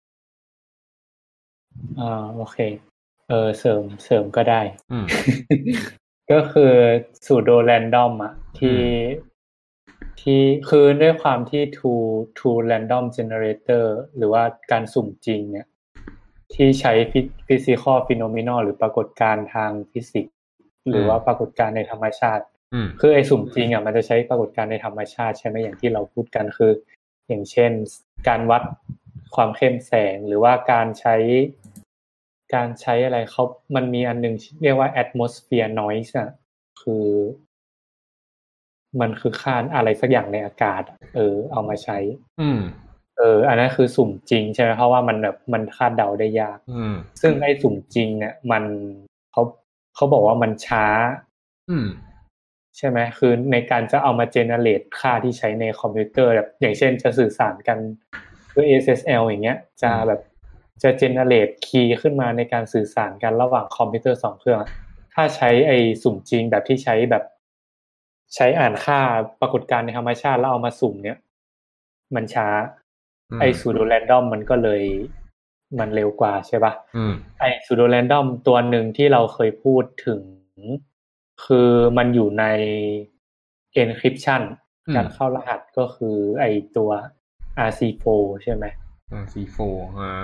อ่าโอเคเออเสริมเสริมก็ได้อืมก็คือสูโดแรนดอมอ่ะที่ที่คือด้วยความที่ true true random generator หรือว่าการสุ่มจริงเนี่ยที่ใช้ physical phenomenon หรือปรากฏการณ์ทางฟิสิกส์หรือว่าปรากฏการณ์ในธรรมชาติคือไอ้สุ่มจริงอ่ะมันจะใช้ปรากฏการณ์ในธรรมชาติใช่ไหมอย่างที่เราพูดกันคืออย่างเช่นการวัดความเข้มแสงหรือว่าการใช้การใช้อะไรเขามันมีอันนึงเรียกว่า atmosphere noise อ่ะคือมันคือค่าอะไรสักอย่างในอากาศเออเอามาใช้อืมเอออันนั้นคือสุ่มจริงใช่ไหมเพราะว่ามันแบบมันคาดเดาได้ยากอืมซึ่งไอ้สุ่มจริงเนี่ยมันเขาเขาบอกว่ามันช้าอืมใช่ไหมคือในการจะเอามาเจเนเรตค่าที่ใช้ในคอมพิวเตอร์แบบอย่างเช่นจะสื่อสารกันด้วย เอ เอส เอส แอล อย่างเงี้ยจะแบบจะเจเนเรตคีย์ขึ้นมาในการสื่อสารกันระหว่างคอมพิวเตอร์สองเครื่องถ้าใช้ไอ้สุ่มจริงแบบที่ใช้แบบใช้อ่านค่าปรากฏการณ์ในธรรมชาติแล้วเอามาสุ่มเนี่ยมันช้าไอ้ซูโดแรนดอมมันก็เลยมันเร็วกว่าใช่ป่ะไอ้ซูโดแรนดอมตัวหนึ่งที่เราเคยพูดถึงคือมันอยู่ใน encryption การเข้ารหัสก็คือไอ้ตัว อาร์ ซี โฟร์ ใช่ไหมอาร์ ซี โฟร์ อ่า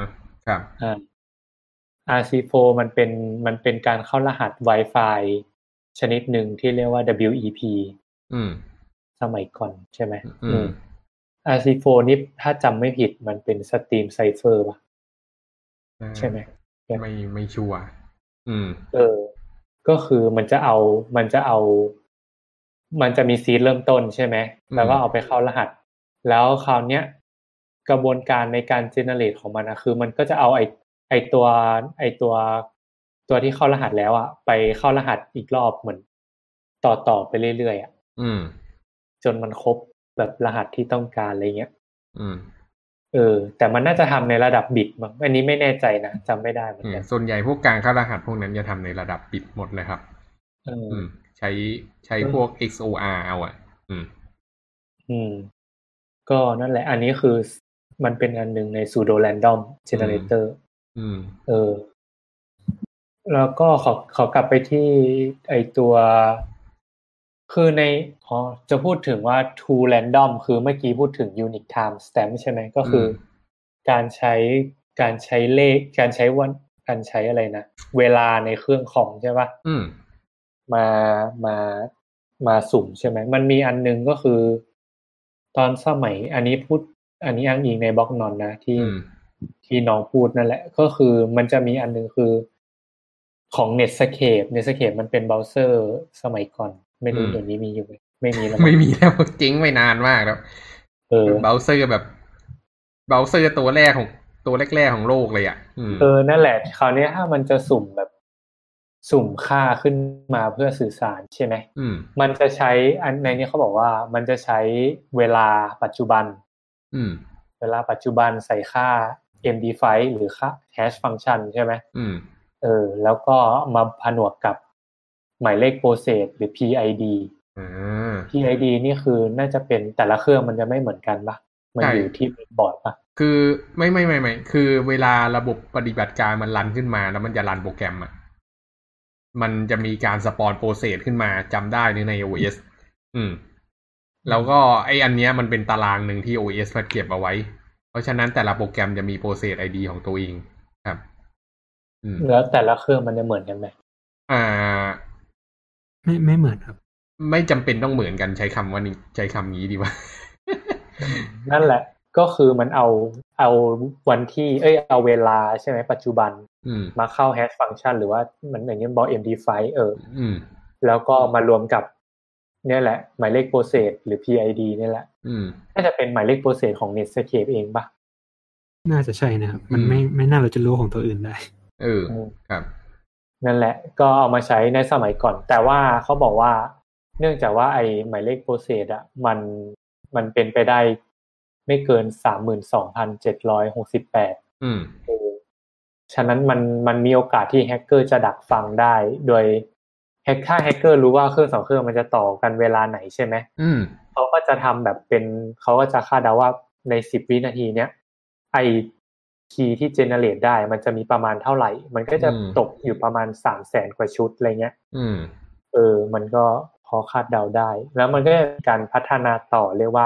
ครับอ่า อาร์ ซี โฟร์ มันเป็นมันเป็นการเข้ารหัส Wi-Fi ชนิดหนึ่งที่เรียกว่า ดับเบิลยู อี พีอืมสมัยก่อนใช่ไหมอืมอาร์ ซี โฟร์ นี่ถ้าจำไม่ผิดมันเป็นสตรีมไซเฟอร์ป่ะใช่ไหมไม่ไม่ชัวร์อืมเออก็คือมันจะเอามันจะเอามันจะมีซีดเริ่มต้นใช่ไหมแล้วก็เอาไปเข้ารหัสแล้วคราวเนี้ยกระบวนการในการเจเนเรตของมันนะคือมันก็จะเอาไอไอตัวไอตัวตัวที่เข้ารหัสแล้วอ่ะไปเข้ารหัสอีกรอบเหมือนต่อต่อไปเรื่อยๆอ่ะอืมจนมันครบแบบรหัสที่ต้องการอะไรเงี้ยอืมเออแต่มันน่าจะทำในระดับบิตมั้งอันนี้ไม่แน่ใจนะจำไม่ได้เหมือนกันส่วนใหญ่พวกการเข้ารหัสพวกนั้นจะทำในระดับบิตหมดเลยครับอืมใช้ใช้พวก เอ็กซ์ โอ อาร์ เอาอ่ะอืมอืมก็นั่นแหละอันนี้คือมันเป็นอันหนึ่งใน pseudo random generator อืมเออแล้วก็ขอขอกลับไปที่ไอตัวคือในอ๋อจะพูดถึงว่า true random คือเมื่อกี้พูดถึง unique time stamp ใช่ไหมก็คือการใช้การใช้เลขการใช้วันการใช้อะไรนะเวลาในเครื่องคอมใช่ป่ะอืมมามามาสุ่มใช่ไหมมันมีอันนึงก็คือตอนสมัยอันนี้พูดอันนี้อ้างอิงในบล็อกนอนนะที่ที่น้องพูดนั่นแหละก็คือมันจะมีอันนึงคือของ Netscape Netscape มันเป็นเบราว์เซอร์สมัยก่อนไม่รู้เดี๋ยวนี้มีอยู่ไหมไม่มีแล้วไม่มีแล้วเจ๊งไปนานมากแล้วเออเบราว์เซอร์แบบเบราว์เซอร์ตัวแรกของตัวแรกๆของโลกเลยอ่ะเออนั่นแหละคราวนี้ถ้ามันจะสุ่มแบบสุ่มค่าขึ้นมาเพื่อสื่อสารใช่ไหมมันจะใช้อันในนี้เขาบอกว่ามันจะใช้เวลาปัจจุบันเวลาปัจจุบันใส่ค่า เอ็ม ดี ไฟว์ หรือค่า hash function ใช่ไหมเออแล้วก็มาผนวกกับหมายเลข process หรือ พี ไอ ดี พี ไอ ดี นี่คือน่าจะเป็นแต่ละเครื่องมันจะไม่เหมือนกันปะมันอยู่ที่บอร์ดปะคือไม่ไม่ไม่ไม่คือเวลาระบบปฏิบัติการมันรันขึ้นมาแล้วมันจะรันโปรแกรมอ่ะมันจะมีการสปอนโปรเซสขึ้นมาจำได้ใน โอ เอส อืมแล้วก็ไออันเนี้ยมันเป็นตารางหนึ่งที่ โอ เอส มันเก็บเอาไว้เพราะฉะนั้นแต่ละโปรแกรมจะมีโปรเซส ไอ ดี ของตัวเองครับอืมแล้วแต่ละเครื่องมันจะเหมือนกันไหมอ่าไม่ไม่เหมือนครับไม่จำเป็นต้องเหมือนกันใช้คำว่านี้ใช้คำนี้ดีกว่านั่นแหละก็คือมันเอาเอาวันที่เอ้ยเอาเวลาใช่ไหมปัจจุบันมาเข้า hash function หรือว่ามันอย่างเงี้ยบอก เอ็ม ดี ไฟว์ เออแล้วก็มารวมกับเนี่ยแหละหมายเลข process หรือ พี ไอ ดี นี่แหละน่าจะเป็นหมายเลข process ของ Netscape เองป่ะน่าจะใช่นะครับมันไม่ไม่น่าเราจะรู้ของตัวอื่นได้เออครับนั่นแหละก็เอามาใช้ในสมัยก่อนแต่ว่าเขาบอกว่าเนื่องจากว่าไอ้หมายเลข process อ่ะมันมันเป็นไปได้ไม่เกิน สามหมื่นสองพันเจ็ดร้อยหกสิบแปดอืมเออฉะนั้นมันมันมีโอกาสที่แฮกเกอร์จะดักฟังได้โดยแฮกถ้าแฮกเกอร์รู้ว่าเครื่องสองเครื่องมันจะต่อกันเวลาไหนใช่ไหมอืมเขาก็จะทำแบบเป็นเขาก็จะคาดเดาว่าในสิบวินาทีเนี้ยไอคีย์ที่เจเนเรตได้มันจะมีประมาณเท่าไหร่มันก็จะตกอยู่ประมาณสามแสนกว่าชุดอะไรเงี้ยอืมเออมันก็พอคาดเดาได้แล้วมันก็มีการพัฒนาต่อเรียกว่า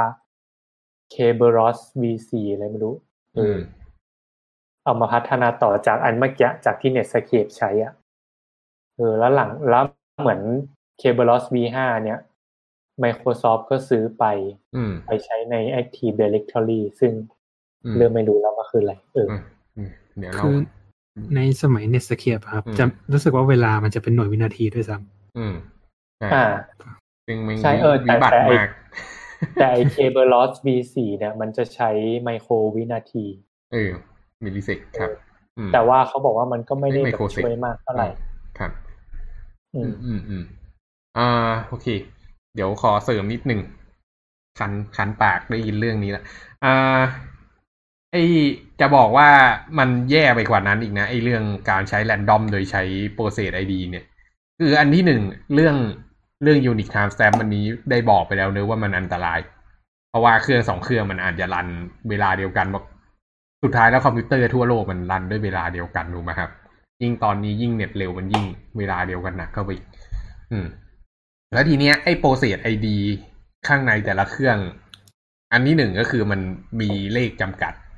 Kerberos วี โฟร์ อะไรไม่รู้เออเอามาพัฒนาต่อจากอันเมื่อกี้จากที่ Netscape ใช้อ่ะเออแล้วหลังแล้วเหมือน Kerberos วี ไฟว์ เนี่ย Microsoft ก็ซื้อไปไปใช้ใน Active Directory ซึ่งเริ่มไม่รู้แล้วว่าคืออะไรเออเดี๋ยวเราในสมัย Netscape ครับจะรู้สึกว่าเวลามันจะเป็นหน่วยวินาทีด้วยซ้ำอืมอ่าใช่เออแต่แต่ไอแต่ไอ Kerberos วี โฟร์ เนี่ยมันจะใช้ไมโครวินาทีเออมิลลิเซกครับแต่ว่าเขาบอกว่ามันก็ไม่ได้แบบช่วยมากเท่าไหร่ครับอืมอืมอืมอ่าโอเคเดี๋ยวขอเสริมนิดนึงคันคันปากได้ยินเรื่องนี้แล้วอ่าไอจะบอกว่ามันแย่ไปกว่านั้นอีกนะไอเรื่องการใช้แรนดอมโดยใช้โปรเซส ไอ ดี เนี่ยคืออันที่หนึ่งเรื่องเรื่อง Unique Time Stamp มันนี้ได้บอกไปแล้วเนอะว่ามันอันตรายเพราะว่าเครื่องสองเครื่องมันอาจจะรันเวลาเดียวกันสุดท้ายแล้วคอมพิวเตอร์ทั่วโลกมันรันด้วยเวลาเดียวกันถูกไหมครับยิ่งตอนนี้ยิ่งเน็ตเร็วมันยิ่งเวลาเดียวกันหนักเข้าไปอืมแล้วทีเนี้ยไอ้โปรเซส ไอ ดี ข้างในแต่ละเครื่องอันที่หนึ่งก็คือมันมีเลขจำกัด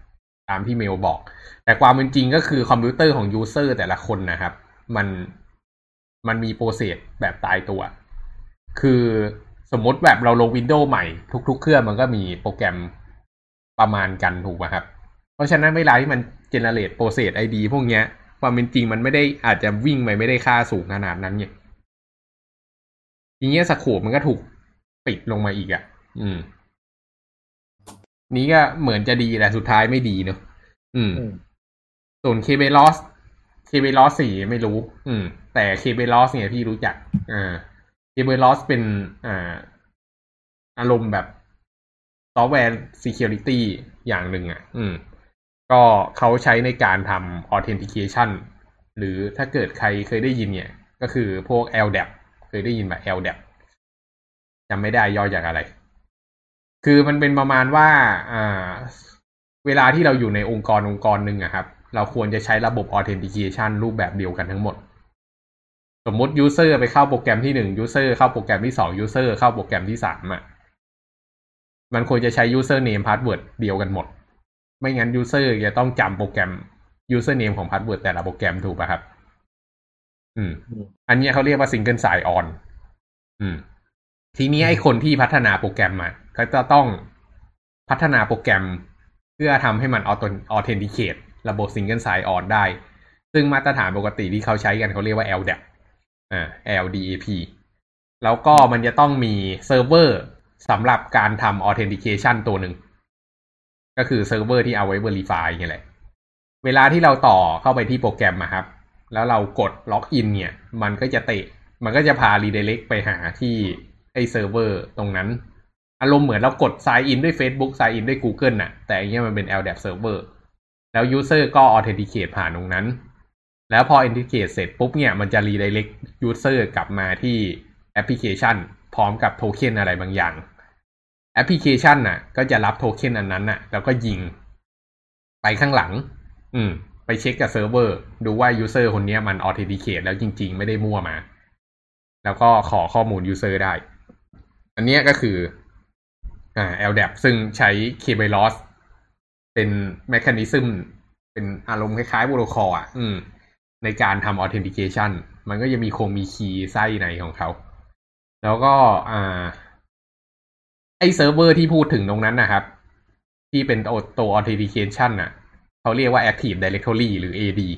ตามที่เมลบอกแต่ความเป็นจริงก็คือคอมพิวเตอร์ของยูเซอร์แต่ละคนนะครับมันมันมีโปรเซสแบบตายตัวคือสมมติแบบเราลง Windows ใหม่ทุกๆเครื่องมันก็มีโปรแกรมประมาณกันถูกป่ะครับเพราะฉะนั้นเวลาที่มัน generate process ไอ ดี พวกเนี้ยความเป็นจริงมันไม่ได้อาจจะวิ่งไปไม่ได้ค่าสูงขนาดนั้นเนี่ยทีเนี้ยสโคปมันก็ถูกปิดลงมาอีกอ่ะอืมนี้ก็เหมือนจะดีแต่สุดท้ายไม่ดีเนอะอืมส่วน Kerberos Kerberos สี่ไม่รู้อืมแต่ Kerberos เนี่ยพี่รู้จักอ่า Kerberos เป็นอ่าอารมณ์แบบซอฟต์แวร์ security อย่างหนึ่งอ่ะอืมก็เขาใช้ในการทำ authentication หรือถ้าเกิดใครเคยได้ยินเนี่ยก็คือพวก แอล ดี เอ พี เคยได้ยินแบบ แอล ดี เอ พี จำไม่ได้ย่อจากอะไรคือมันเป็นประมาณว่าอ่าเวลาที่เราอยู่ในองค์กรองค์กรหนึ่งอะครับเราควรจะใช้ระบบ authentication รูปแบบเดียวกันทั้งหมดสมมติ user ไปเข้าโปรแกรมที่หนึ่ง user เข้าโปรแกรมที่สอง user เข้าโปรแกรมที่สามอะมันควรจะใช้ user name password เดียวกันหมดไม่งั้น user จะต้องจำโปรแกรม user name ของ password แต่ละโปรแกรมถูกป่ะครับอืมอันนี้เขาเรียกว่า single sign on อืมทีนี้ไอ้คนที่พัฒนาโปรแกรมมาก็จะต้องพัฒนาโปรแกรมเพื่อทำให้มัน authenticate ระบบ single sign on ได้ซึ่งมาตรฐานปกติที่เขาใช้กันเขาเรียกว่า แอล ดี เอ พี อ่า แอล ดี เอ พี แล้วก็มันจะต้องมีเซิร์ฟเวอร์สำหรับการทำ authentication ตัวหนึ่งก็คือเซิร์ฟเวอร์ที่เอาไว้ verify ไงแหละเวลาที่เราต่อเข้าไปที่โปรแกรมอะครับแล้วเรากดล็อกอินเนี่ยมันก็จะเตะมันก็จะพา redirect ไปหาที่ไอ้เซิร์ฟเวอร์ตรงนั้นอารมณ์เหมือนเรากด sign in ด้วย Facebook sign in ด้วย Google น่ะแต่อันนี้มันเป็น แอล ดี เอ พี server แล้ว user ก็ authenticate ผ่านตรงนั้นแล้วพอ authenticate เสร็จปุ๊บเนี่ยมันจะ redirect user กลับมาที่แอปพลิเคชันพร้อมกับโทเค็นอะไรบางอย่างแอปพลิเคชันน่ะก็จะรับโทเค็นอันนั้นน่ะแล้วก็ยิงไปข้างหลังอืมไปเช็คกับเซิร์ฟเวอร์ดูว่า user คนนี้มัน authenticate แล้วจริงๆไม่ได้มั่วมาแล้วก็ขอข้อมูล user ได้อันนี้ก็คืออ่า แอล ดี เอ พี ซึ่งใช้ Kerberos เป็นเมคานิซึมเป็นอารมณ์คล้ายๆโปรโตคอลอ่ะอืมในการทำ authentication มันก็จะมีคงมีคีย์ไส้ในของเขาแล้วก็อ่าไอเซิร์ฟเวอร์ที่พูดถึงตรงนั้นนะครับที่เป็นตัว authentication น่ะเขาเรียกว่า active directory หรือ เอ ดี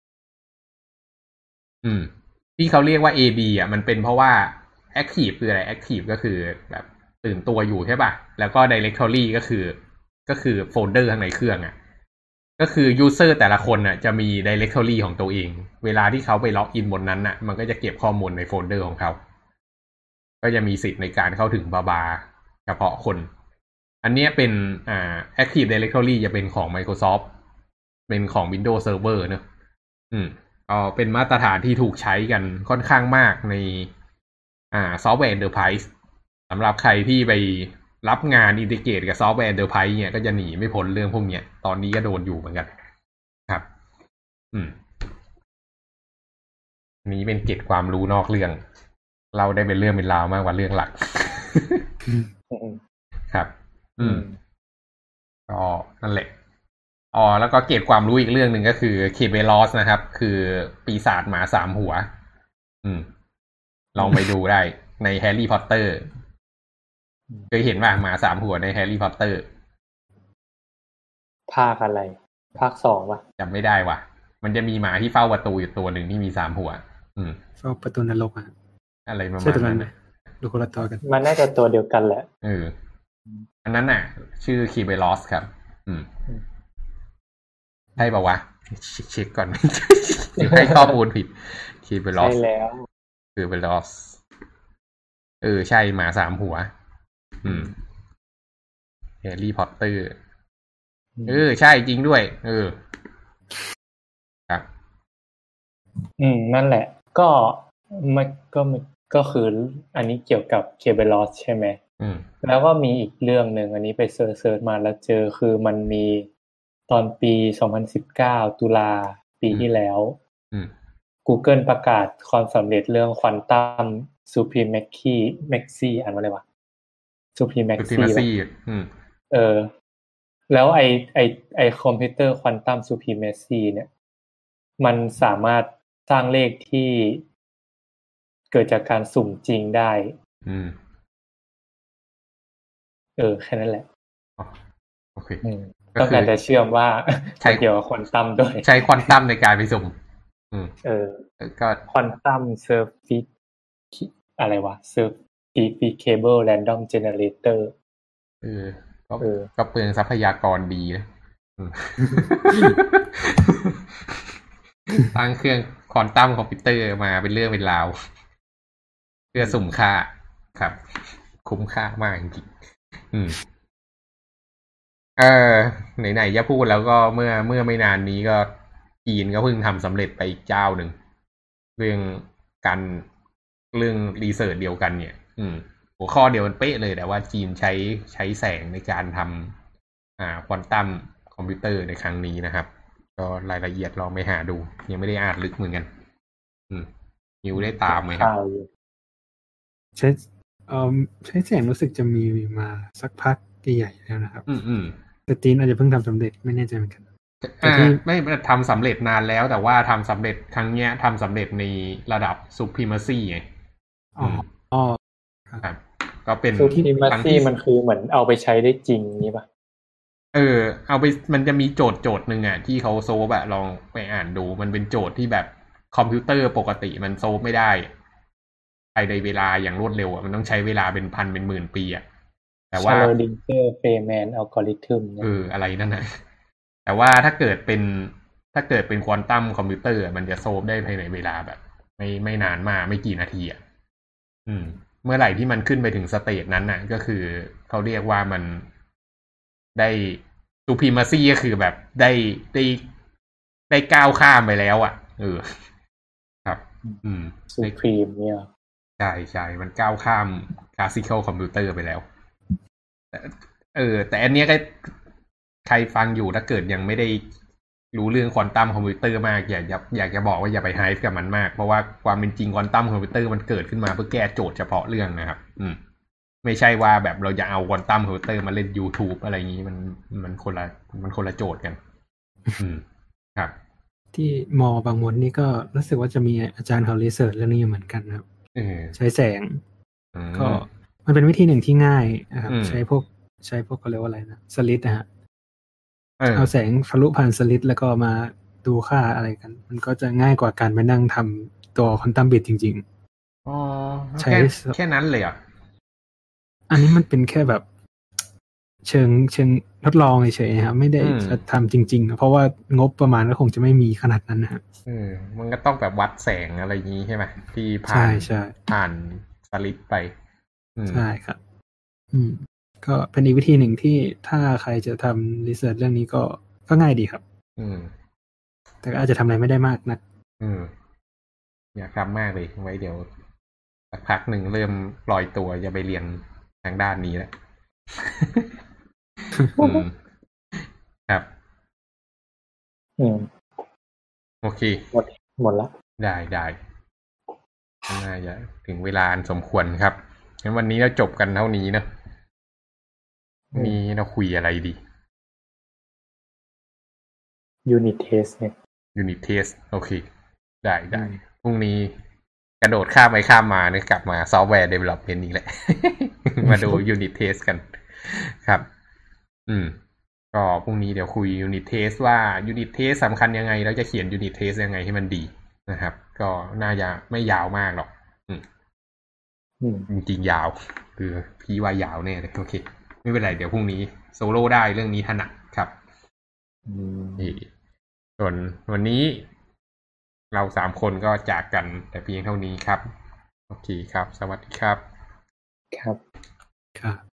อืมที่เขาเรียกว่า เอ ดี อ่ะมันเป็นเพราะว่า active คืออะไร active ก็คือแบบตื่นตัวอยู่ใช่ป่ะแล้วก็ directory ก็คือก็คือโฟลเดอร์ข้างในเครื่องอ่ะก็คือ user แต่ละคนน่ะจะมี directory ของตัวเองเวลาที่เขาไปล็อกอินบนนั้นน่ะมันก็จะเก็บข้อมูลในโฟลเดอร์ของเขาก็จะมีสิทธิ์ในการเข้าถึงบาบาเฉพาะคนอันนี้เป็นอ่า active directory จะเป็นของ Microsoft เป็นของ Windows Server เนอะอืมก็เป็นมาตรฐานที่ถูกใช้กันค่อนข้างมากในอ่าซอฟต์แวร์ Enterprise สำหรับใครที่ไปรับงานอินทิเกรตกับซอฟต์แวร์ Enterprise เนี่ยก็จะหนีไม่พ้นเรื่องพวกเนี้ยตอนนี้ก็โดนอยู่เหมือนกันครับอืมนี้เป็นเกร็ดความรู้นอกเรื่องเราได้เป็นเรื่องเป็นราวมากกว่าเรื่องหลัก ครับอืมก็นั่นแหละอ๋อแล้วก็เก็บความรู้อีกเรื่องหนึ่งก็คือ Kerberos นะครับคือปีศาจหมาสามหัวอืมลองไปดูได้ในแฮร์รี่พอตเตอร์เคยเห็นว่าหมาสามหัวในแฮร์รี่พอตเตอร์ภาคอะไรภาคสองป่ะจำไม่ได้ว่ะมันจะมีหมาที่เฝ้าประตูอยู่ตัวหนึ่งที่มีสามหัวอืมเฝ้าประตูนรกอ่ะอะไรประมาณใช่ตัวนั้นไหมดูคนละตัวกันมันน่าจะตัวเดียวกันแหละเอออันนั้นน่ะชื่อ Kerberos ครับอืมใช่ป่าววะเช็คก่อนหรือให้ข้อมูลผิด Kerberos ใช่แล้ว Kerberos เออใช่หมาสามหัวอืมแฮร์รี่พอตเตอร์เออใช่จริงด้วยเออครับอืมนั่นแหละก็มันก็ก็คืออันนี้เกี่ยวกับ Kerberos ใช่ไหมอืมแล้วก็มีอีกเรื่องหนึ่งอันนี้ไปเซิร์ชมาแล้วเจอคือมันมีตอนปีสองพันสิบเก้าตุลาปีที่แล้วอืม Google ประกาศความสำเร็จเรื่อง Quantum Supremacy Maxi อ่านว่าอะไรวะ Supremacy Supremacy อืมเออแล้วไอไอไอคอมพิวเตอร์ควอนตัมซูพรีเมซีเนี่ยมันสามารถสร้างเลขที่เกิดจากการสุ่มจริงได้อืมเออแค่นั้นแหละโอเคต้องการจะเชื่อมว่าใช้เกี่ยวกับควอนตัมด้วยใช้ควอนตัมในการไปสุ่มอืมเออก็ควอนตัมเซอร์ฟิตอะไรวะเซอร์ฟิฟิเคเบิลแรนดอมเจเนเรเตอร์เออก็ก็เปลืองทรัพยากรดีนะตั้งเครื่องควอนตัมคอมพิวเตอร์มาเป็นเรื่องเป็นราวเพื่อสุ่มค่าครับคุ้มค่ามากจริงๆอืมเออไหนๆจะพูดแล้วก็เมื่อเมื่อไม่นานนี้ก็จีนก็เพิ่งทำสำเร็จไปอีกเจ้าหนึ่งเรื่องการเรื่องรีเสิร์ชเดียวกันเนี่ยอืมหัวข้อเดียวกันเป๊ะเลยแต่ว่าจีนใช้ใช้แสงในการทำอ่าควอนตัมคอมพิวเตอร์ในครั้งนี้นะครับก็รายละเอียดลองไปหาดูยังไม่ได้อ่านลึกเหมือนกันอืมนิวได้ตามไหมครับใช้เอ่อใช้แสงรู้สึกจะมีมาสักพักใหญ่แล้วนะครับอืมอืมแต่จีนอาจจะเพิ่งทำสำเร็จไม่แน่ใจเหมือนกันแต่ที่ไม่ทำสำเร็จนานแล้วแต่ว่าทำสำเร็จครั้งเนี้ยทำสำเร็จในระดับ supremacy ไงอ๋ออ๋อครับก็เป็น supremacy มันคือเหมือนเอาไปใช้ได้จริงนี่ป่ะเออเอาไปมันจะมีโจทย์โจทย์หนึ่งอ่ะที่เขาโซฟอะลองไปอ่านดูมันเป็นโจทย์ที่แบบคอมพิวเตอร์ปกติมันโซฟไม่ได้ภายในเวลาอย่างรวดเร็วอ่ะมันต้องใช้เวลาเป็นพันเป็นหมื่นปีอ่ะแต่ว่า Schrödinger Feynman algorithm เอออะไรนั่นนะแต่ว่าถ้าเกิดเป็นถ้าเกิดเป็นควอนตัมคอมพิวเตอร์มันจะโซฟได้ภายในเวลาแบบไม่ไม่นานมากไม่กี่นาทีอ่ะอืมเมื่อไหร่ที่มันขึ้นไปถึงสเตจนั้นน่ะก็คือเขาเรียกว่ามันได้ซูพรีมาซีก็คือแบบได้ได้ได้ก้าวข้ามไปแล้วอ่ะเออครับอืมซูพรีมเนี่ยใช่ใช่มันก้าวข้ามคลาสสิคอลคอมพิวเตอร์ไปแล้วเออแต่อันเนี้ยก็ใครฟังอยู่ถ้าเกิดยังไม่ได้รู้เรื่องควอนตัมคอมพิวเตอร์มากอยากอยากอยากจะบอกว่าอย่าไปไฮป์กับมันมากเพราะว่าความเป็นจริงควอนตัมคอมพิวเตอร์มันเกิดขึ้นมาเพื่อแก้โจทย์เฉพาะเรื่องนะครับอืมไม่ใช่ว่าแบบเราจะเอาควอนตัมคอมพิวเตอร์มาเล่น YouTube อะไรอย่างนี้มันมันคนละมันคนละโจทย์กันอืมครับที่มอบางมดนี่ก็รู้สึกว่าจะมีอาจารย์เขารีเสิร์ชเรื่องนี้เหมือนกันครับใช้แสงก็มันเป็นวิธีหนึ่งที่ง่ายนะครับใช้พวกใช้พวกเขาเรียกว่าอะไรนะสลิดนะฮะเอาแสงทะลุผ่านสลิดแล้วก็มาดูค่าอะไรกันมันก็จะง่ายกว่าการไปนั่งทำตัวควอนตัมบิตจริงๆอ๋อใช้แค่นั้นเลยอ่ะอันนี้มันเป็นแค่แบบเชิงเชิงทดลองเฉยๆครับไม่ได้จะทำจริงๆเพราะว่างบประมาณก็คงจะไม่มีขนาดนั้นนะฮะเออมันก็ต้องแบบวัดแสงอะไรอย่างนี้ใช่ไหมที่ผ่านผ่านสลิดไปใช่ครับอืมก็เป็นอีกวิธีหนึ่งที่ถ้าใครจะทำรีเสิร์ชเรื่องนี้ก็ก็ง่ายดีครับอืมแต่อาจจะทำอะไรไม่ได้มากนักอืมอยากทำมากเลยไว้เดี๋ยวสักพักหนึ่งเริ่มปล่อยตัวจะไปเรียนทางด้านนี้แล้ว ครับอืมโอเคหมดหมดละได้ได้น่าจะถึงเวลาสมควรครับงั้นวันนี้เราจบกันเท่านี้นะนี่เราคุยอะไรดี unit test เนี่ย unit test โอเคได้ได้พรุ่งนี้กระโดดข้ามไปข้ามมาเนี่ยกลับมาซอฟต์แวร์ development นี้แหละ มาดู unit test กันครับอืมก็พรุ่งนี้เดี๋ยวคุย unit test ว่า unit test สำคัญยังไงแล้วจะเขียน unit test ยังไงให้มันดีนะครับก็น่าจะไม่ยาวมากหรอกอืมจริงๆยาวคือพี่ว่ายาวแน่เลยโอเคไม่เป็นไรเดี๋ยวพรุ่งนี้โซโล่ได้เรื่องนี้ถนัดครับอืมส่วนวันนี้เราสามคนก็จากกันแต่เพียงเท่านี้ครับโอเคครับสวัสดีครับครับครับ